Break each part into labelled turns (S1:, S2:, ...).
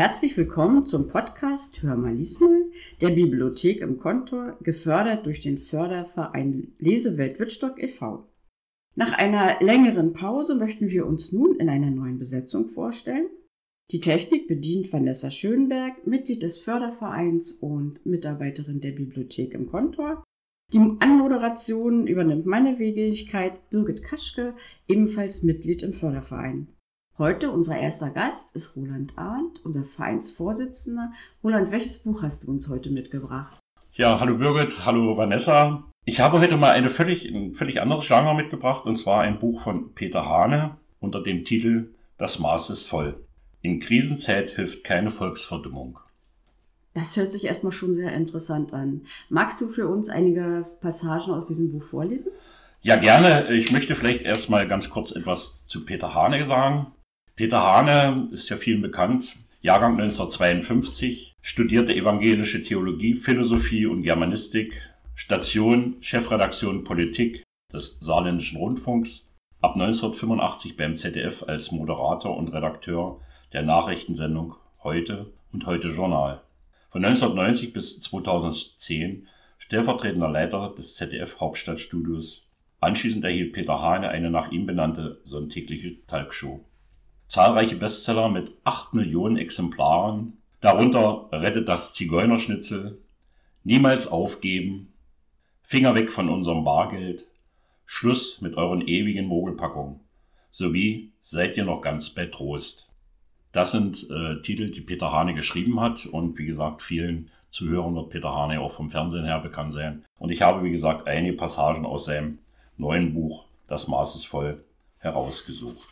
S1: Herzlich willkommen zum Podcast Hör mal, lies mal der Bibliothek im Kontor, gefördert durch den Förderverein Lesewelt Wittstock e.V. Nach einer längeren Pause möchten wir uns nun in einer neuen Besetzung vorstellen. Die Technik bedient Vanessa Schönberg, Mitglied des Fördervereins und Mitarbeiterin der Bibliothek im Kontor. Die Anmoderation übernimmt meine Wenigkeit Birgit Kaschke, ebenfalls Mitglied im Förderverein. Heute unser erster Gast ist Roland Arndt, unser Vereinsvorsitzender. Roland, welches Buch hast du uns heute mitgebracht?
S2: Ja, hallo Birgit, hallo Vanessa. Ich habe heute mal ein völlig anderes Genre mitgebracht, und zwar ein Buch von Peter Hane unter dem Titel Das Maß ist voll. In Krisenzeit hilft keine Volksverdummung.
S1: Das hört sich erstmal schon sehr interessant an. Magst du für uns einige Passagen aus diesem Buch vorlesen?
S2: Ja, gerne. Ich möchte vielleicht erstmal ganz kurz etwas zu Peter Hane sagen. Peter Hane ist ja vielen bekannt. Jahrgang 1952, studierte evangelische Theologie, Philosophie und Germanistik, Station, Chefredaktion Politik des Saarländischen Rundfunks, ab 1985 beim ZDF als Moderator und Redakteur der Nachrichtensendung Heute und Heute Journal. Von 1990 bis 2010 stellvertretender Leiter des ZDF Hauptstadtstudios. Anschließend erhielt Peter Hane eine nach ihm benannte sonntägliche Talkshow. Zahlreiche Bestseller mit 8 Millionen Exemplaren, darunter Rettet das Zigeunerschnitzel, Niemals aufgeben, Finger weg von unserem Bargeld, Schluss mit euren ewigen Mogelpackungen, sowie Seid ihr noch ganz bei Trost. Das sind Titel, die Peter Hane geschrieben hat, und wie gesagt, vielen Zuhörern wird Peter Hane auch vom Fernsehen her bekannt sein. Und ich habe, wie gesagt, einige Passagen aus seinem neuen Buch Das Maß ist voll herausgesucht.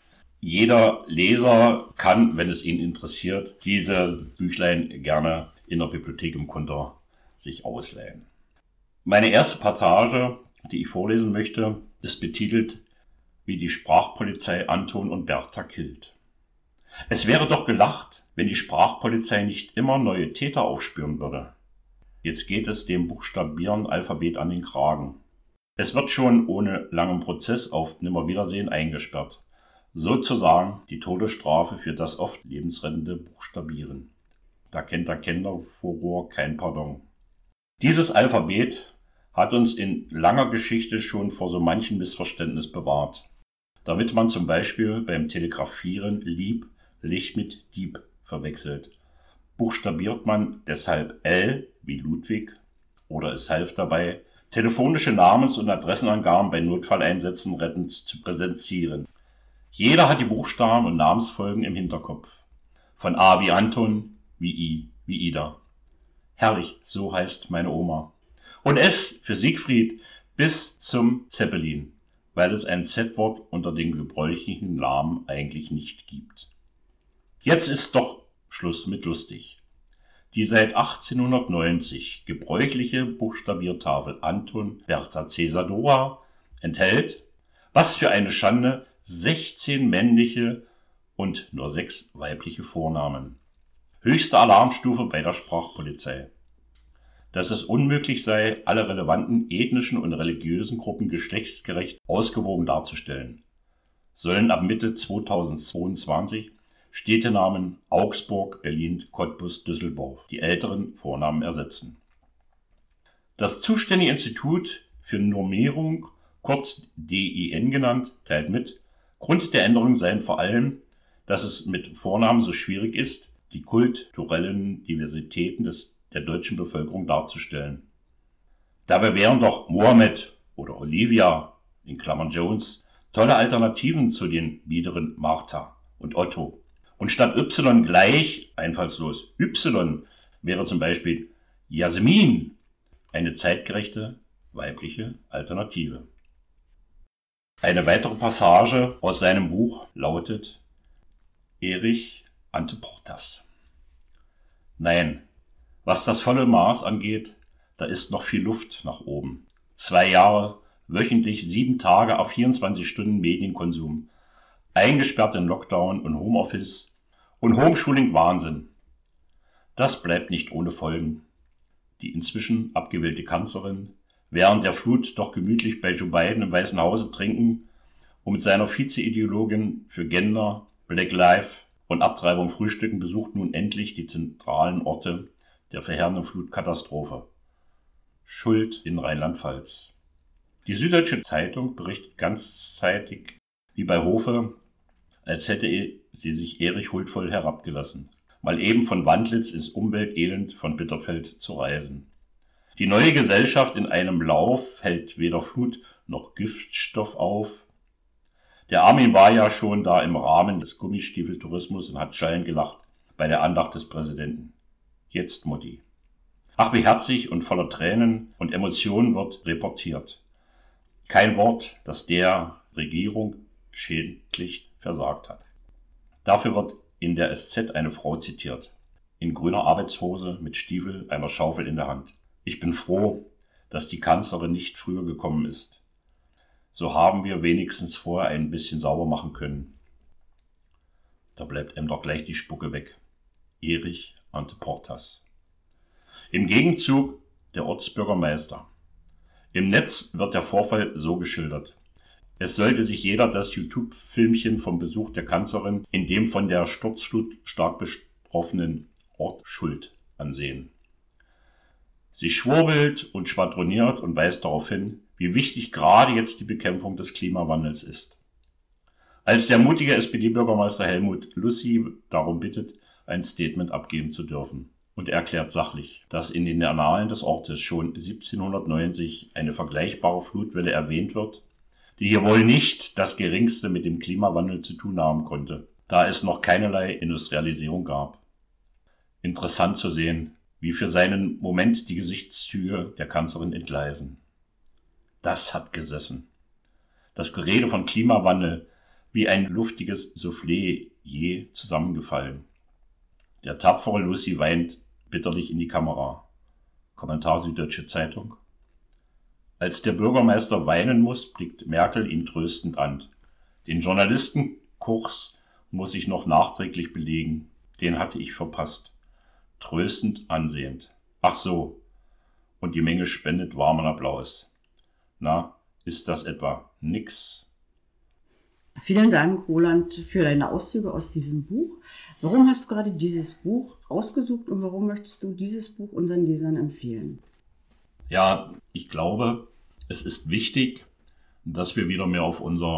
S2: Jeder Leser kann, wenn es ihn interessiert, diese Büchlein gerne in der Bibliothek im Kontor sich ausleihen. Meine erste Passage, die ich vorlesen möchte, ist betitelt Wie die Sprachpolizei Anton und Bertha killt. Es wäre doch gelacht, wenn die Sprachpolizei nicht immer neue Täter aufspüren würde. Jetzt geht es dem Buchstabieren-Alphabet an den Kragen. Es wird schon ohne langen Prozess auf Nimmerwiedersehen eingesperrt. Sozusagen die Todesstrafe für das oft lebensrettende Buchstabieren. Da kennt der Kinderfuror kein Pardon. Dieses Alphabet hat uns in langer Geschichte schon vor so manchem Missverständnis bewahrt. Damit man zum Beispiel beim Telegrafieren Licht mit Dieb verwechselt. Buchstabiert man deshalb L wie Ludwig oder es half dabei, telefonische Namens- und Adressenangaben bei Notfalleinsätzen rettend zu präsentieren. Jeder hat die Buchstaben und Namensfolgen im Hinterkopf. Von A wie Anton, wie I wie Ida. Herrlich, so heißt meine Oma. Und S für Siegfried bis zum Zeppelin, weil es ein Z-Wort unter den gebräuchlichen Namen eigentlich nicht gibt. Jetzt ist doch Schluss mit lustig. Die seit 1890 gebräuchliche Buchstabiertafel Anton Bertha Cäsar Dora enthält, was für eine Schande, 16 männliche und nur 6 weibliche Vornamen. Höchste Alarmstufe bei der Sprachpolizei. Dass es unmöglich sei, alle relevanten ethnischen und religiösen Gruppen geschlechtsgerecht ausgewogen darzustellen, sollen ab Mitte 2022 Städtenamen Augsburg, Berlin, Cottbus, Düsseldorf die älteren Vornamen ersetzen. Das zuständige Institut für Normierung, kurz DIN genannt, teilt mit, Grund der Änderung seien vor allem, dass es mit Vornamen so schwierig ist, die kulturellen Diversitäten der deutschen Bevölkerung darzustellen. Dabei wären doch Mohammed oder Olivia, in Klammern Jones, tolle Alternativen zu den biederen Martha und Otto. Und statt Y gleich, einfallslos Y, wäre zum Beispiel Jasmin eine zeitgerechte weibliche Alternative. Eine weitere Passage aus seinem Buch lautet Erich Ante Portas. Nein, was das volle Maß angeht, da ist noch viel Luft nach oben. 2 Jahre, wöchentlich 7 Tage auf 24 Stunden Medienkonsum, eingesperrt in Lockdown und Homeoffice und Homeschooling Wahnsinn. Das bleibt nicht ohne Folgen. Die inzwischen abgewählte Kanzlerin, während der Flut doch gemütlich bei Joe Biden im Weißen Hause trinken, um mit seiner Vize-Ideologin für Gender, Black Lives von Abtreibung, Frühstücken besucht nun endlich die zentralen Orte der verheerenden Flutkatastrophe. Schuld in Rheinland-Pfalz. Die Süddeutsche Zeitung berichtet ganzzeitig wie bei Hofe, als hätte sie sich Erich huldvoll herabgelassen, mal eben von Wandlitz ins Umweltelend von Bitterfeld zu reisen. Die neue Gesellschaft in einem Lauf hält weder Flut noch Giftstoff auf. Der Armin war ja schon da im Rahmen des Gummistiefeltourismus und hat schallend gelacht bei der Andacht des Präsidenten. Jetzt Mutti. Ach, wie herzig und voller Tränen und Emotionen wird reportiert. Kein Wort, das der Regierung schädlich versagt hat. Dafür wird in der SZ eine Frau zitiert, in grüner Arbeitshose mit Stiefel, einer Schaufel in der Hand. Ich bin froh, dass die Kanzlerin nicht früher gekommen ist. So haben wir wenigstens vorher ein bisschen sauber machen können. Da bleibt ihm doch gleich die Spucke weg. Erich Ante Portas. Im Gegenzug der Ortsbürgermeister. Im Netz wird der Vorfall so geschildert. Es sollte sich jeder das YouTube-Filmchen vom Besuch der Kanzlerin in dem von der Sturzflut stark betroffenen Ort Schuld ansehen. Sie schwurbelt und schwadroniert und weist darauf hin, wie wichtig gerade jetzt die Bekämpfung des Klimawandels ist. Als der mutige SPD-Bürgermeister Helmut Lussi darum bittet, ein Statement abgeben zu dürfen. Und er erklärt sachlich, dass in den Annalen des Ortes schon 1790 eine vergleichbare Flutwelle erwähnt wird, die hier wohl nicht das Geringste mit dem Klimawandel zu tun haben konnte, da es noch keinerlei Industrialisierung gab. Interessant zu sehen, wie für seinen Moment die Gesichtszüge der Kanzlerin entgleisen. Das hat gesessen. Das Gerede von Klimawandel wie ein luftiges Soufflé je zusammengefallen. Der tapfere Lussi weint bitterlich in die Kamera. Kommentar Süddeutsche Zeitung. Als der Bürgermeister weinen muss, blickt Merkel ihn tröstend an. Den Journalistenkurs muss ich noch nachträglich belegen. Den hatte ich verpasst. Tröstend ansehend. Ach so. Und die Menge spendet warmen Applaus. Na, ist das etwa nix?
S1: Vielen Dank, Roland, für deine Auszüge aus diesem Buch. Warum hast du gerade dieses Buch ausgesucht und warum möchtest du dieses Buch unseren Lesern empfehlen?
S2: Ja, ich glaube, es ist wichtig, dass wir wieder mehr auf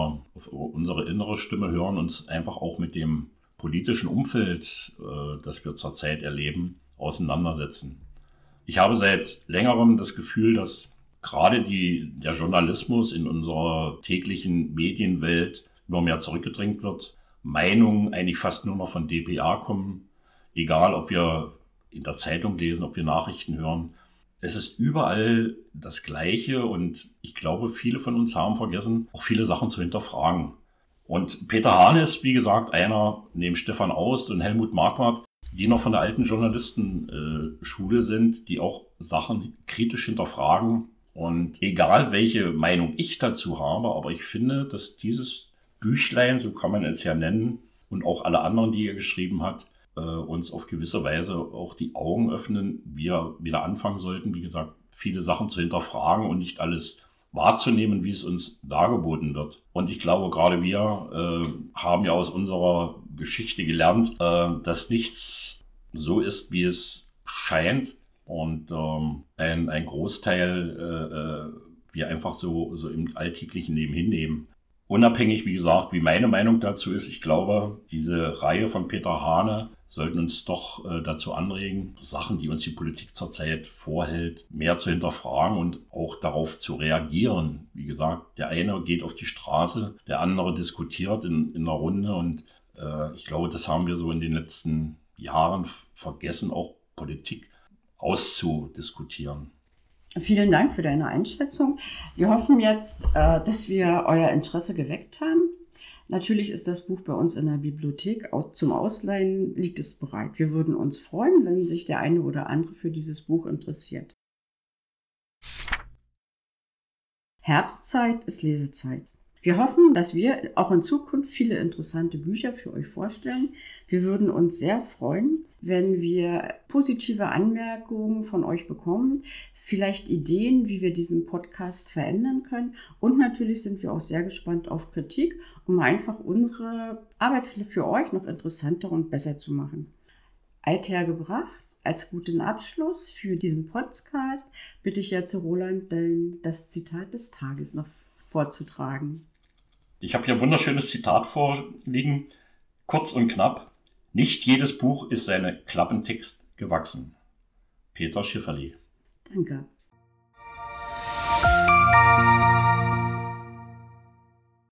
S2: unsere innere Stimme hören, uns einfach auch mit dem politischen Umfeld, das wir zurzeit erleben, auseinandersetzen. Ich habe seit längerem das Gefühl, dass gerade der Journalismus in unserer täglichen Medienwelt immer mehr zurückgedrängt wird. Meinungen eigentlich fast nur noch von dpa kommen, egal ob wir in der Zeitung lesen, ob wir Nachrichten hören. Es ist überall das Gleiche und ich glaube, viele von uns haben vergessen, auch viele Sachen zu hinterfragen. Und Peter Hahn ist, wie gesagt, einer neben Stefan Aust und Helmut Marquardt, die noch von der alten Journalistenschule sind, die auch Sachen kritisch hinterfragen. Und egal, welche Meinung ich dazu habe, aber ich finde, dass dieses Büchlein, so kann man es ja nennen, und auch alle anderen, die er geschrieben hat, uns auf gewisse Weise auch die Augen öffnen, wir wieder anfangen sollten, wie gesagt, viele Sachen zu hinterfragen und nicht alles wahrzunehmen, wie es uns dargeboten wird. Und ich glaube, gerade wir haben ja aus unserer Geschichte gelernt, dass nichts so ist, wie es scheint. Und ein Großteil wir einfach so im alltäglichen Leben hinnehmen. Unabhängig, wie gesagt, wie meine Meinung dazu ist, ich glaube, diese Reihe von Peter Hahne sollten uns doch dazu anregen, Sachen, die uns die Politik zurzeit vorhält, mehr zu hinterfragen und auch darauf zu reagieren. Wie gesagt, der eine geht auf die Straße, der andere diskutiert in einer Runde und ich glaube, das haben wir so in den letzten Jahren vergessen, auch Politik auszudiskutieren.
S1: Vielen Dank für deine Einschätzung. Wir hoffen jetzt, dass wir euer Interesse geweckt haben. Natürlich ist das Buch bei uns in der Bibliothek. Zum Ausleihen liegt es bereit. Wir würden uns freuen, wenn sich der eine oder andere für dieses Buch interessiert. Herbstzeit ist Lesezeit. Wir hoffen, dass wir auch in Zukunft viele interessante Bücher für euch vorstellen. Wir würden uns sehr freuen, wenn wir positive Anmerkungen von euch bekommen, vielleicht Ideen, wie wir diesen Podcast verändern können. Und natürlich sind wir auch sehr gespannt auf Kritik, um einfach unsere Arbeit für euch noch interessanter und besser zu machen. Althergebracht, als guten Abschluss für diesen Podcast bitte ich jetzt Roland, das Zitat des Tages noch vorzutragen.
S2: Ich habe hier ein wunderschönes Zitat vorliegen, kurz und knapp. Nicht jedes Buch ist seinem Klappentext gewachsen. Peter Schifferli.
S1: Danke.